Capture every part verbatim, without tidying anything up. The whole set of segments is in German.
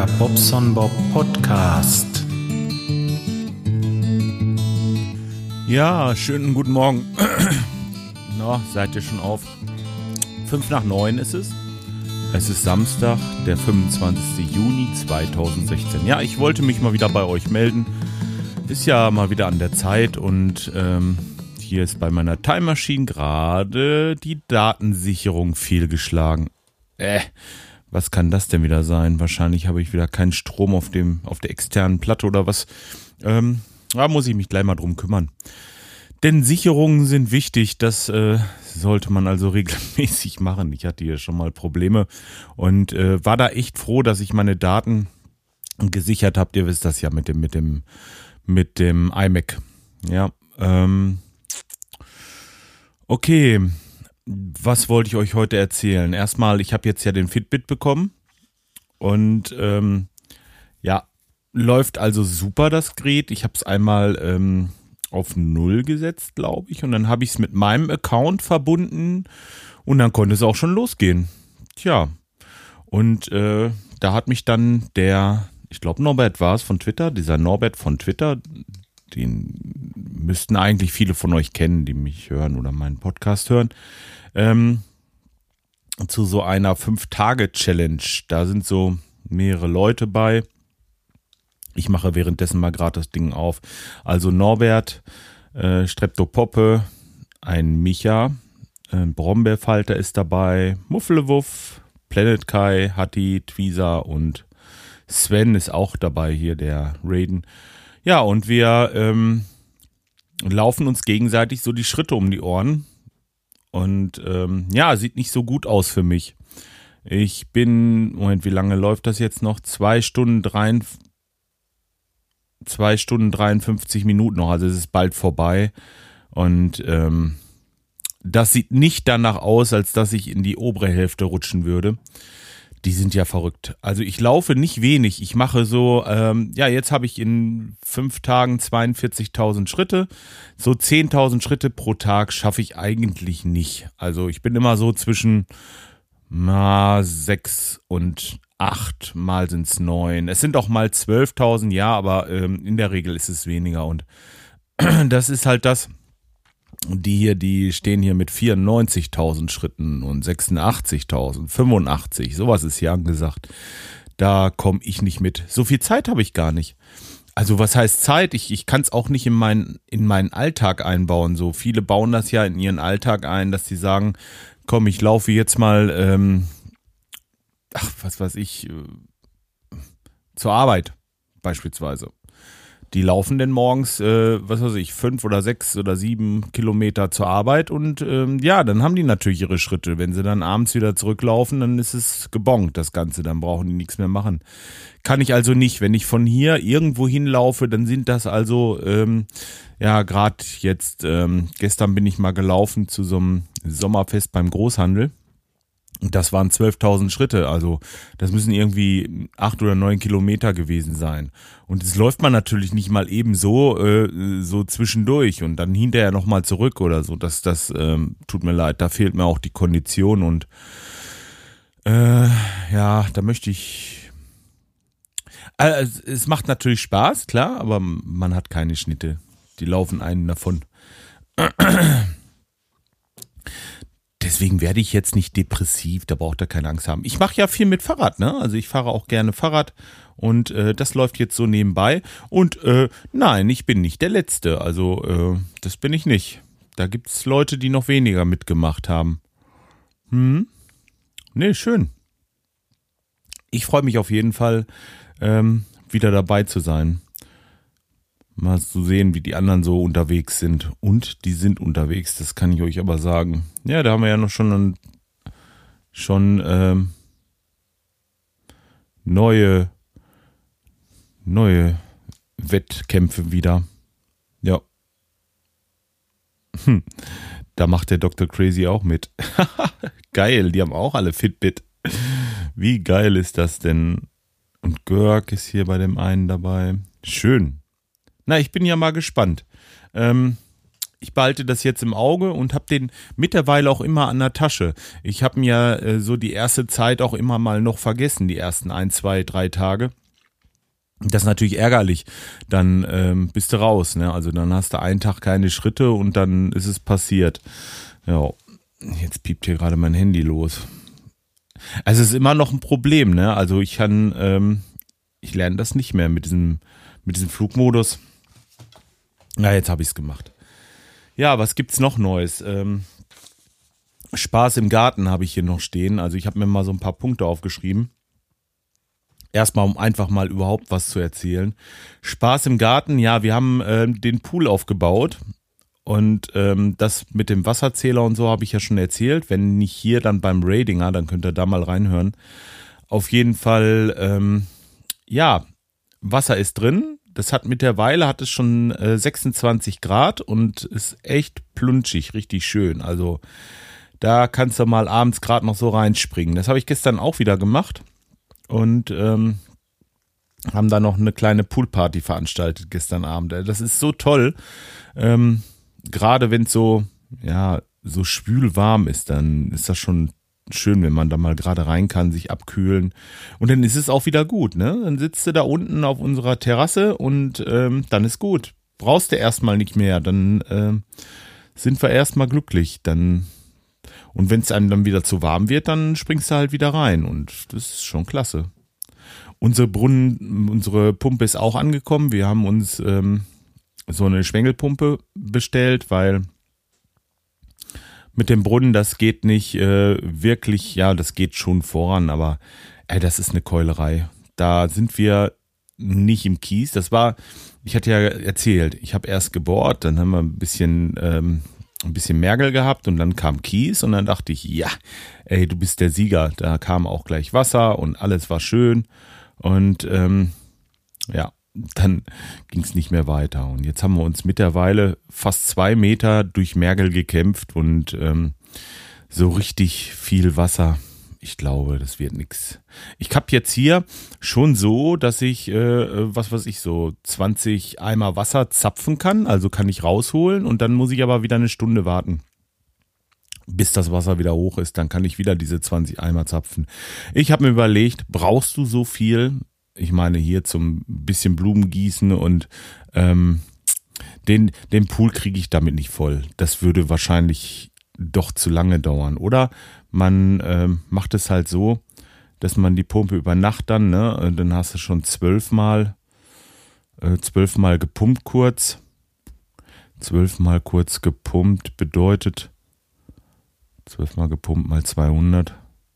Der Bobson Bob Podcast. Ja, schönen guten Morgen. Na, seid ihr schon auf? Fünf nach neun ist es. Es ist Samstag, der fünfundzwanzigste Juni zweitausendsechzehn. Ja, ich wollte mich mal wieder bei euch melden. Ist ja mal wieder an der Zeit und ähm, hier ist bei meiner Time Machine gerade die Datensicherung fehlgeschlagen. Äh, was kann das denn wieder sein? Wahrscheinlich habe ich wieder keinen Strom auf dem, auf der externen Platte oder was. Ähm, da muss ich mich gleich mal drum kümmern. Denn Sicherungen sind wichtig, das äh, sollte man also regelmäßig machen. Ich hatte hier schon mal Probleme und äh, war da echt froh, dass ich meine Daten gesichert habe. Ihr wisst das ja mit dem, mit dem, mit dem iMac. Ja, ähm, okay. Was wollte ich euch heute erzählen? Erstmal, ich habe jetzt ja den Fitbit bekommen und ähm, ja, läuft also super das Gerät. Ich habe es einmal ähm, auf null gesetzt, glaube ich, und dann habe ich es mit meinem Account verbunden und dann konnte es auch schon losgehen. Tja, und äh, da hat mich dann der, ich glaube Norbert war es von Twitter, dieser Norbert von Twitter, den müssten eigentlich viele von euch kennen, die mich hören oder meinen Podcast hören, ähm, zu so einer fünf Tage Challenge. Da sind so mehrere Leute bei. Ich mache währenddessen mal gerade das Ding auf. Also Norbert, äh, Streptopoppe, ein Micha, ein Brombeerfalter ist dabei, Mufflewuff, Planet Kai, Hatti, Twisa und Sven ist auch dabei hier, der Raiden. Ja, und wir ähm, laufen uns gegenseitig so die Schritte um die Ohren. Und ähm, ja, sieht nicht so gut aus für mich. Ich bin, Moment, wie lange läuft das jetzt noch? Zwei Stunden, drei, zwei Stunden dreiundfünfzig Minuten noch, also es ist bald vorbei. Und ähm, das sieht nicht danach aus, als dass ich in die obere Hälfte rutschen würde. Die sind ja verrückt. Also ich laufe nicht wenig. Ich mache so, ähm, ja, jetzt habe ich in fünf Tagen zweiundvierzigtausend Schritte. So zehntausend Schritte pro Tag schaffe ich eigentlich nicht. Also ich bin immer so zwischen na, sechs und acht, mal sind es neun. Es sind auch mal zwölftausend, ja, aber ähm, in der Regel ist es weniger. Und das ist halt das. Die hier, die stehen hier mit vierundneunzigtausend Schritten und sechsundachtzigtausend, fünfundachtzig, sowas ist hier angesagt. Da komme ich nicht mit. So viel Zeit habe ich gar nicht. Also was heißt Zeit? Ich, ich kann es auch nicht in, mein, in meinen Alltag einbauen. So viele bauen das ja in ihren Alltag ein, dass sie sagen, komm, ich laufe jetzt mal, ähm, ach, was weiß ich, äh, zur Arbeit beispielsweise. Die laufen denn morgens, äh, was weiß ich, fünf oder sechs oder sieben Kilometer zur Arbeit und ähm, ja, dann haben die natürlich ihre Schritte. Wenn sie dann abends wieder zurücklaufen, dann ist es gebongt, das Ganze, dann brauchen die nichts mehr machen. Kann ich also nicht. Wenn ich von hier irgendwo hinlaufe, dann sind das also, ähm, ja, gerade jetzt, ähm, gestern bin ich mal gelaufen zu so einem Sommerfest beim Großhandel. Und das waren zwölftausend Schritte, also das müssen irgendwie acht oder neun Kilometer gewesen sein. Und das läuft man natürlich nicht mal eben so, äh, so zwischendurch und dann hinterher nochmal zurück oder so. Das, das ähm, tut mir leid, da fehlt mir auch die Kondition und äh, ja, da möchte ich... Äh, es macht natürlich Spaß, klar, aber man hat keine Schnitte. Die laufen einen davon. Deswegen werde ich jetzt nicht depressiv, da braucht ihr keine Angst haben. Ich mache ja viel mit Fahrrad, ne? Also ich fahre auch gerne Fahrrad und äh, das läuft jetzt so nebenbei. Und äh, nein, ich bin nicht der Letzte, also äh, das bin ich nicht. Da gibt es Leute, die noch weniger mitgemacht haben. Hm? Nee, schön. Ich freue mich auf jeden Fall, ähm, wieder dabei zu sein. Mal zu sehen, wie die anderen so unterwegs sind. Und die sind unterwegs, das kann ich euch aber sagen. Ja, da haben wir ja noch schon, schon ähm, neue, neue Wettkämpfe wieder. Ja. Hm. Da macht der Doktor Crazy auch mit. Geil, die haben auch alle Fitbit. Wie geil ist das denn? Und Görg ist hier bei dem einen dabei. Schön. Na, ich bin ja mal gespannt. Ähm, ich behalte das jetzt im Auge und habe den mittlerweile auch immer an der Tasche. Ich habe mir äh, so die erste Zeit auch immer mal noch vergessen, die ersten ein, zwei, drei Tage. Das ist natürlich ärgerlich. Dann ähm, bist du raus, ne? Also dann hast du einen Tag keine Schritte und dann ist es passiert. Ja, jetzt piept hier gerade mein Handy los. Also es ist immer noch ein Problem, ne? Also ich kann, ähm, ich lerne das nicht mehr mit diesem, mit diesem Flugmodus. Na, jetzt habe ich es gemacht. Ja, was gibt's noch Neues? Ähm, Spaß im Garten habe ich hier noch stehen. Also ich habe mir mal so ein paar Punkte aufgeschrieben. Erstmal, um einfach mal überhaupt was zu erzählen. Spaß im Garten, ja, wir haben äh, den Pool aufgebaut und ähm, das mit dem Wasserzähler und so habe ich ja schon erzählt. Wenn nicht hier, dann beim Radinger, dann könnt ihr da mal reinhören. Auf jeden Fall, ähm, ja, Wasser ist drin. Das hat mittlerweile, hat es schon äh, sechsundzwanzig Grad und ist echt plunschig, richtig schön. Also da kannst du mal abends gerade noch so reinspringen. Das habe ich gestern auch wieder gemacht. Und ähm, haben da noch eine kleine Poolparty veranstaltet gestern Abend. Das ist so toll. Ähm, gerade wenn es so, ja, so schwül warm ist, dann ist das schon schön, wenn man da mal gerade rein kann, sich abkühlen. Und dann ist es auch wieder gut, ne? Dann sitzt du da unten auf unserer Terrasse und ähm, dann ist gut. Brauchst du erstmal nicht mehr. Dann ähm, sind wir erstmal glücklich. Dann Und wenn es einem dann wieder zu warm wird, dann springst du halt wieder rein und das ist schon klasse. Unsere Brunnen, unsere Pumpe ist auch angekommen. Wir haben uns ähm, so eine Schwengelpumpe bestellt, weil mit dem Brunnen, das geht nicht äh, wirklich, ja, das geht schon voran, aber ey, das ist eine Keulerei. Da sind wir nicht im Kies. Das war, ich hatte ja erzählt, ich habe erst gebohrt, dann haben wir ein bisschen... Ähm, ein bisschen Mergel gehabt und dann kam Kies und dann dachte ich, ja, ey, du bist der Sieger. Da kam auch gleich Wasser und alles war schön und ähm, ja, dann ging es nicht mehr weiter. Und jetzt haben wir uns mittlerweile fast zwei Meter durch Mergel gekämpft und ähm, so richtig viel Wasser. Ich glaube, das wird nix. Ich habe jetzt hier schon so, dass ich, äh, was weiß ich, so zwanzig Eimer Wasser zapfen kann. Also kann ich rausholen und dann muss ich aber wieder eine Stunde warten, bis das Wasser wieder hoch ist. Dann kann ich wieder diese zwanzig Eimer zapfen. Ich habe mir überlegt, brauchst du so viel? Ich meine hier zum bisschen Blumen gießen und ähm, den, den Pool kriege ich damit nicht voll. Das würde wahrscheinlich doch zu lange dauern. Oder man äh, macht es halt so, dass man die Pumpe über Nacht dann, ne, und dann hast du schon zwölfmal, äh, zwölfmal gepumpt kurz. Zwölfmal kurz gepumpt bedeutet zwölfmal gepumpt mal zweihundert.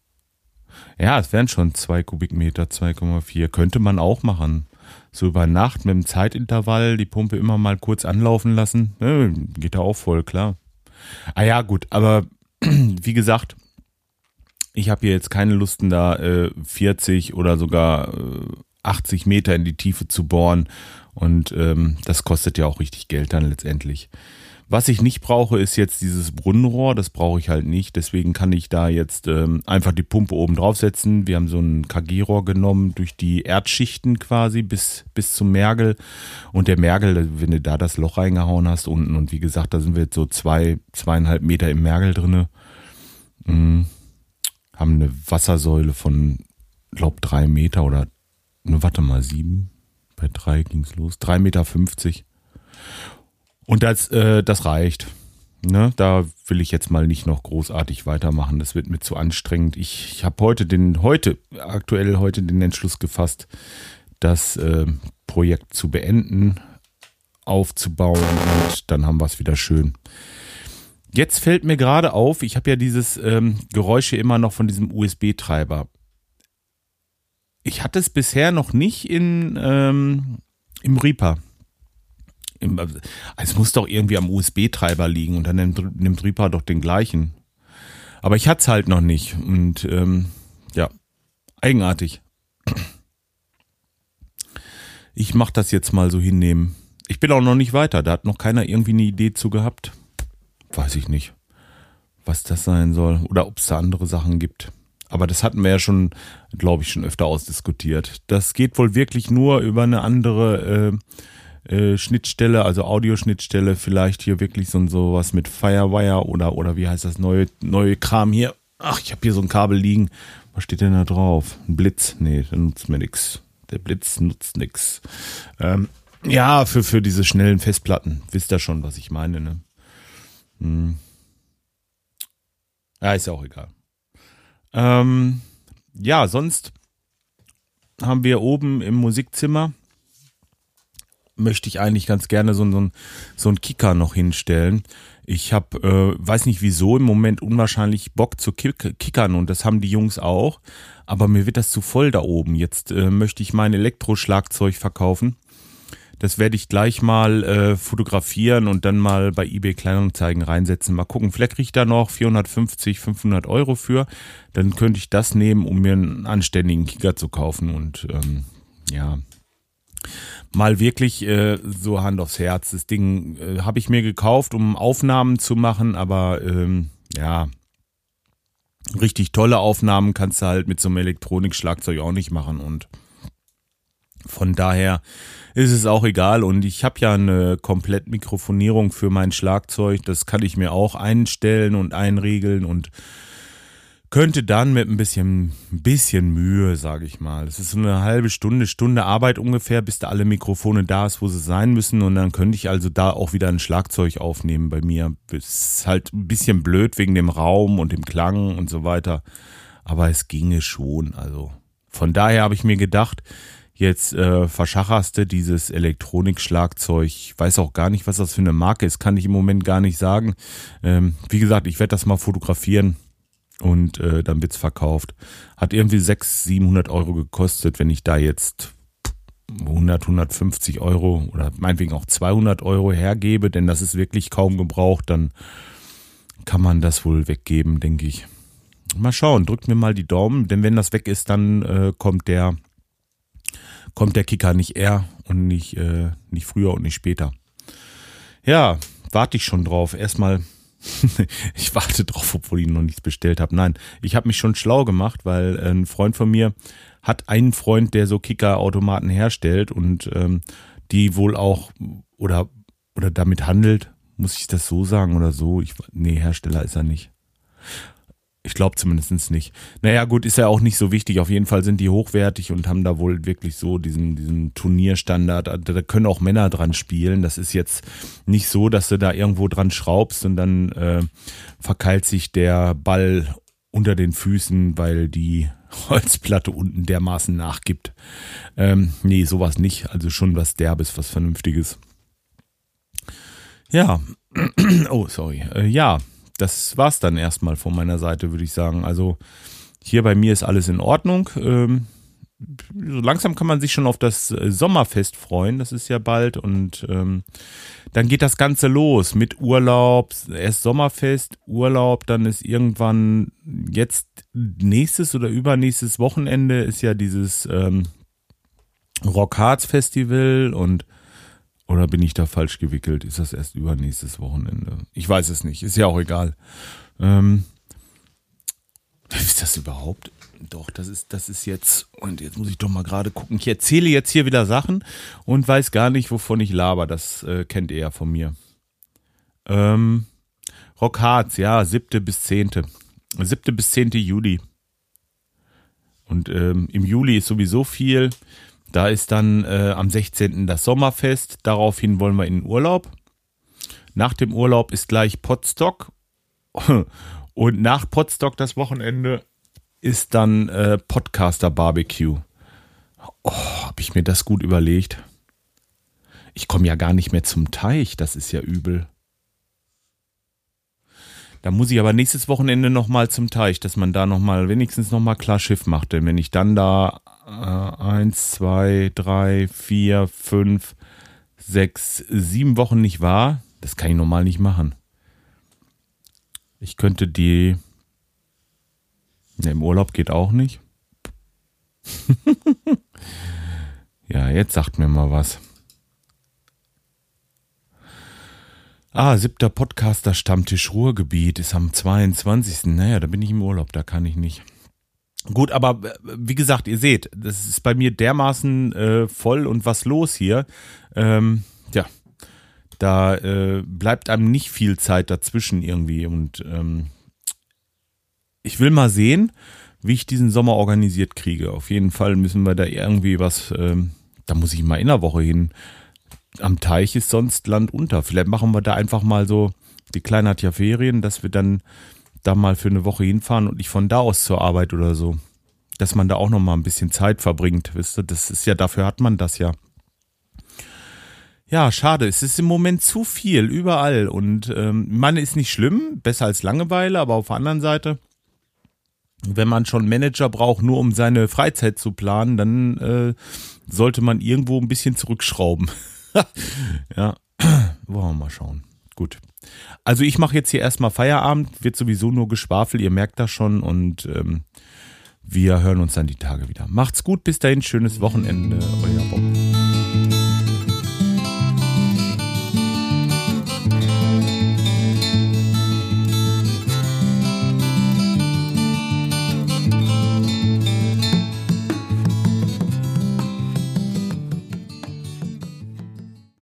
Ja, es wären schon zwei Kubikmeter, zwei Komma vier. Könnte man auch machen. So über Nacht mit dem Zeitintervall die Pumpe immer mal kurz anlaufen lassen. Ne, geht da auch voll, klar. Ah ja, gut, aber wie gesagt, ich habe hier jetzt keine Lusten, da äh, vierzig oder sogar äh, achtzig Meter in die Tiefe zu bohren und ähm, das kostet ja auch richtig Geld dann letztendlich. Was ich nicht brauche, ist jetzt dieses Brunnenrohr, das brauche ich halt nicht, deswegen kann ich da jetzt ähm, einfach die Pumpe oben draufsetzen. Wir haben so ein K G-Rohr genommen durch die Erdschichten quasi bis, bis zum Mergel und der Mergel, wenn du da das Loch reingehauen hast unten und wie gesagt, da sind wir jetzt so zwei, zweieinhalb Meter im Mergel drinne, mhm. Haben eine Wassersäule von, glaub, drei Meter oder, ne, warte mal, sieben, bei drei ging's los, drei Meter fünfzig. Und das, äh, das reicht. Ne? Da will ich jetzt mal nicht noch großartig weitermachen. Das wird mir zu anstrengend. Ich, ich habe heute den, heute, aktuell heute den Entschluss gefasst, das äh, Projekt zu beenden, aufzubauen und dann haben wir es wieder schön. Jetzt fällt mir gerade auf, ich habe ja dieses ähm, Geräusch hier immer noch von diesem U S B-Treiber. Ich hatte es bisher noch nicht in, ähm, im Reaper. Im, also es muss doch irgendwie am U S B-Treiber liegen und dann nimmt, nimmt Reaper doch den gleichen. Aber ich hatte es halt noch nicht und ähm, ja, eigenartig. Ich mache das jetzt mal so hinnehmen. Ich bin auch noch nicht weiter, da hat noch keiner irgendwie eine Idee zu gehabt. Weiß ich nicht, was das sein soll oder ob es da andere Sachen gibt. Aber das hatten wir ja schon, glaube ich, schon öfter ausdiskutiert. Das geht wohl wirklich nur über eine andere, äh, Schnittstelle, also Audioschnittstelle, vielleicht hier wirklich so sowas mit Firewire oder oder wie heißt das neue neue Kram hier. Ach, ich habe hier so ein Kabel liegen. Was steht denn da drauf? Ein Blitz? Nee, der nutzt mir nix. Der Blitz nutzt nix. Ähm, ja, für für diese schnellen Festplatten. Wisst ihr schon, was ich meine, ne? Hm. Ja, ist ja auch egal. Ähm, ja, sonst haben wir oben im Musikzimmer, möchte ich eigentlich ganz gerne so, so, so einen Kicker noch hinstellen. Ich habe, äh, weiß nicht wieso, im Moment unwahrscheinlich Bock zu kick- kickern und das haben die Jungs auch, aber mir wird das zu voll da oben. Jetzt äh, möchte ich mein Elektroschlagzeug verkaufen. Das werde ich gleich mal äh, fotografieren und dann mal bei eBay Kleinanzeigen reinsetzen. Mal gucken, vielleicht kriege ich da noch vierhundertfünfzig, fünfhundert Euro für. Dann könnte ich das nehmen, um mir einen anständigen Kicker zu kaufen. Und ähm, ja, mal wirklich äh, so Hand aufs Herz. Das Ding äh, habe ich mir gekauft, um Aufnahmen zu machen, aber ähm, ja, richtig tolle Aufnahmen kannst du halt mit so einem Elektronikschlagzeug auch nicht machen und von daher ist es auch egal und ich habe ja eine Komplettmikrofonierung für mein Schlagzeug, das kann ich mir auch einstellen und einregeln und könnte dann mit ein bisschen, bisschen Mühe, sage ich mal. Es ist so eine halbe Stunde, Stunde Arbeit ungefähr, bis da alle Mikrofone da ist, wo sie sein müssen und dann könnte ich also da auch wieder ein Schlagzeug aufnehmen bei mir. Es ist halt ein bisschen blöd wegen dem Raum und dem Klang und so weiter, aber es ginge schon. Also von daher habe ich mir gedacht, jetzt äh, verschacherst du dieses Elektronikschlagzeug. Ich weiß auch gar nicht, was das für eine Marke ist, kann ich im Moment gar nicht sagen. Ähm, wie gesagt, ich werde das mal fotografieren und äh, dann wird's verkauft. Hat irgendwie sechshundert, siebenhundert Euro gekostet, wenn ich da jetzt hundert, hundertfünfzig Euro oder meinetwegen auch zweihundert Euro hergebe, denn das ist wirklich kaum gebraucht, dann kann man das wohl weggeben, denke ich. Mal schauen, drückt mir mal die Daumen, denn wenn das weg ist, dann äh, kommt der kommt der Kicker nicht eher und nicht, äh, nicht früher und nicht später. Ja, warte ich schon drauf. Erstmal, ich warte drauf, obwohl ich noch nichts bestellt habe. Nein, ich habe mich schon schlau gemacht, weil ein Freund von mir hat einen Freund, der so Kickerautomaten herstellt und ähm, die wohl auch oder, oder damit handelt. Muss ich das so sagen oder so? Ich, nee, Hersteller ist er nicht. Ich glaube zumindest nicht. Naja gut, ist ja auch nicht so wichtig. Auf jeden Fall sind die hochwertig und haben da wohl wirklich so diesen, diesen Turnierstandard. Da können auch Männer dran spielen. Das ist jetzt nicht so, dass du da irgendwo dran schraubst und dann äh, verkeilt sich der Ball unter den Füßen, weil die Holzplatte unten dermaßen nachgibt. Ähm, nee, sowas nicht. Also schon was Derbes, was Vernünftiges. Ja. Oh, sorry. Äh, ja. Das war's dann erstmal von meiner Seite, würde ich sagen. Also hier bei mir ist alles in Ordnung. Ähm, so langsam kann man sich schon auf das Sommerfest freuen. Das ist ja bald und ähm, dann geht das Ganze los mit Urlaub. Erst Sommerfest, Urlaub, dann ist irgendwann jetzt nächstes oder übernächstes Wochenende ist ja dieses ähm, Rockharz Festival und oder bin ich da falsch gewickelt? Ist das erst übernächstes Wochenende? Ich weiß es nicht. Ist ja auch egal. Ähm, ist das überhaupt? Doch, das ist, das ist jetzt. Und jetzt muss ich doch mal gerade gucken. Ich erzähle jetzt hier wieder Sachen und weiß gar nicht, wovon ich laber. Das äh, kennt ihr ja von mir. Ähm, Rockharz, ja, siebte bis zehnte. siebte bis zehnte Juli. Und ähm, im Juli ist sowieso viel. Da ist dann äh, am sechzehnten das Sommerfest. Daraufhin wollen wir in den Urlaub. Nach dem Urlaub ist gleich Potsdok. Und nach Potsdok das Wochenende ist dann äh, Podcaster Barbecue. Oh, habe ich mir das gut überlegt. Ich komme ja gar nicht mehr zum Teich. Das ist ja übel. Da muss ich aber nächstes Wochenende nochmal zum Teich, dass man da nochmal wenigstens nochmal klar Schiff macht. Denn wenn ich dann da äh, eins, zwei, drei, vier, fünf, sechs, sieben Wochen nicht war, das kann ich normal nicht machen. Ich könnte die... Ne, im Urlaub geht auch nicht. Ja, jetzt sagt mir mal was. Ah, siebter Podcaster-Stammtisch Ruhrgebiet ist am zweiundzwanzigsten Naja, da bin ich im Urlaub, da kann ich nicht. Gut, aber wie gesagt, ihr seht, das ist bei mir dermaßen äh, voll und was los hier. Ähm, tja, da äh, bleibt einem nicht viel Zeit dazwischen irgendwie. Und ähm, ich will mal sehen, wie ich diesen Sommer organisiert kriege. Auf jeden Fall müssen wir da irgendwie was, ähm, da muss ich mal in der Woche hin. Am Teich ist sonst Land unter. Vielleicht machen wir da einfach mal so, die Kleine hat ja Ferien, dass wir dann da mal für eine Woche hinfahren und nicht von da aus zur Arbeit oder so. Dass man da auch noch mal ein bisschen Zeit verbringt, wisst ihr? Das ist ja, dafür hat man das ja. Ja, schade, es ist im Moment zu viel, überall. Und ähm, meine ist nicht schlimm, besser als Langeweile, aber auf der anderen Seite, wenn man schon einen Manager braucht, nur um seine Freizeit zu planen, dann äh, sollte man irgendwo ein bisschen zurückschrauben. Ja, wollen wir mal schauen. Gut. Also ich mache jetzt hier erstmal Feierabend, wird sowieso nur geschwafelt, ihr merkt das schon und ähm, wir hören uns dann die Tage wieder. Macht's gut, bis dahin, schönes Wochenende, euer Bob.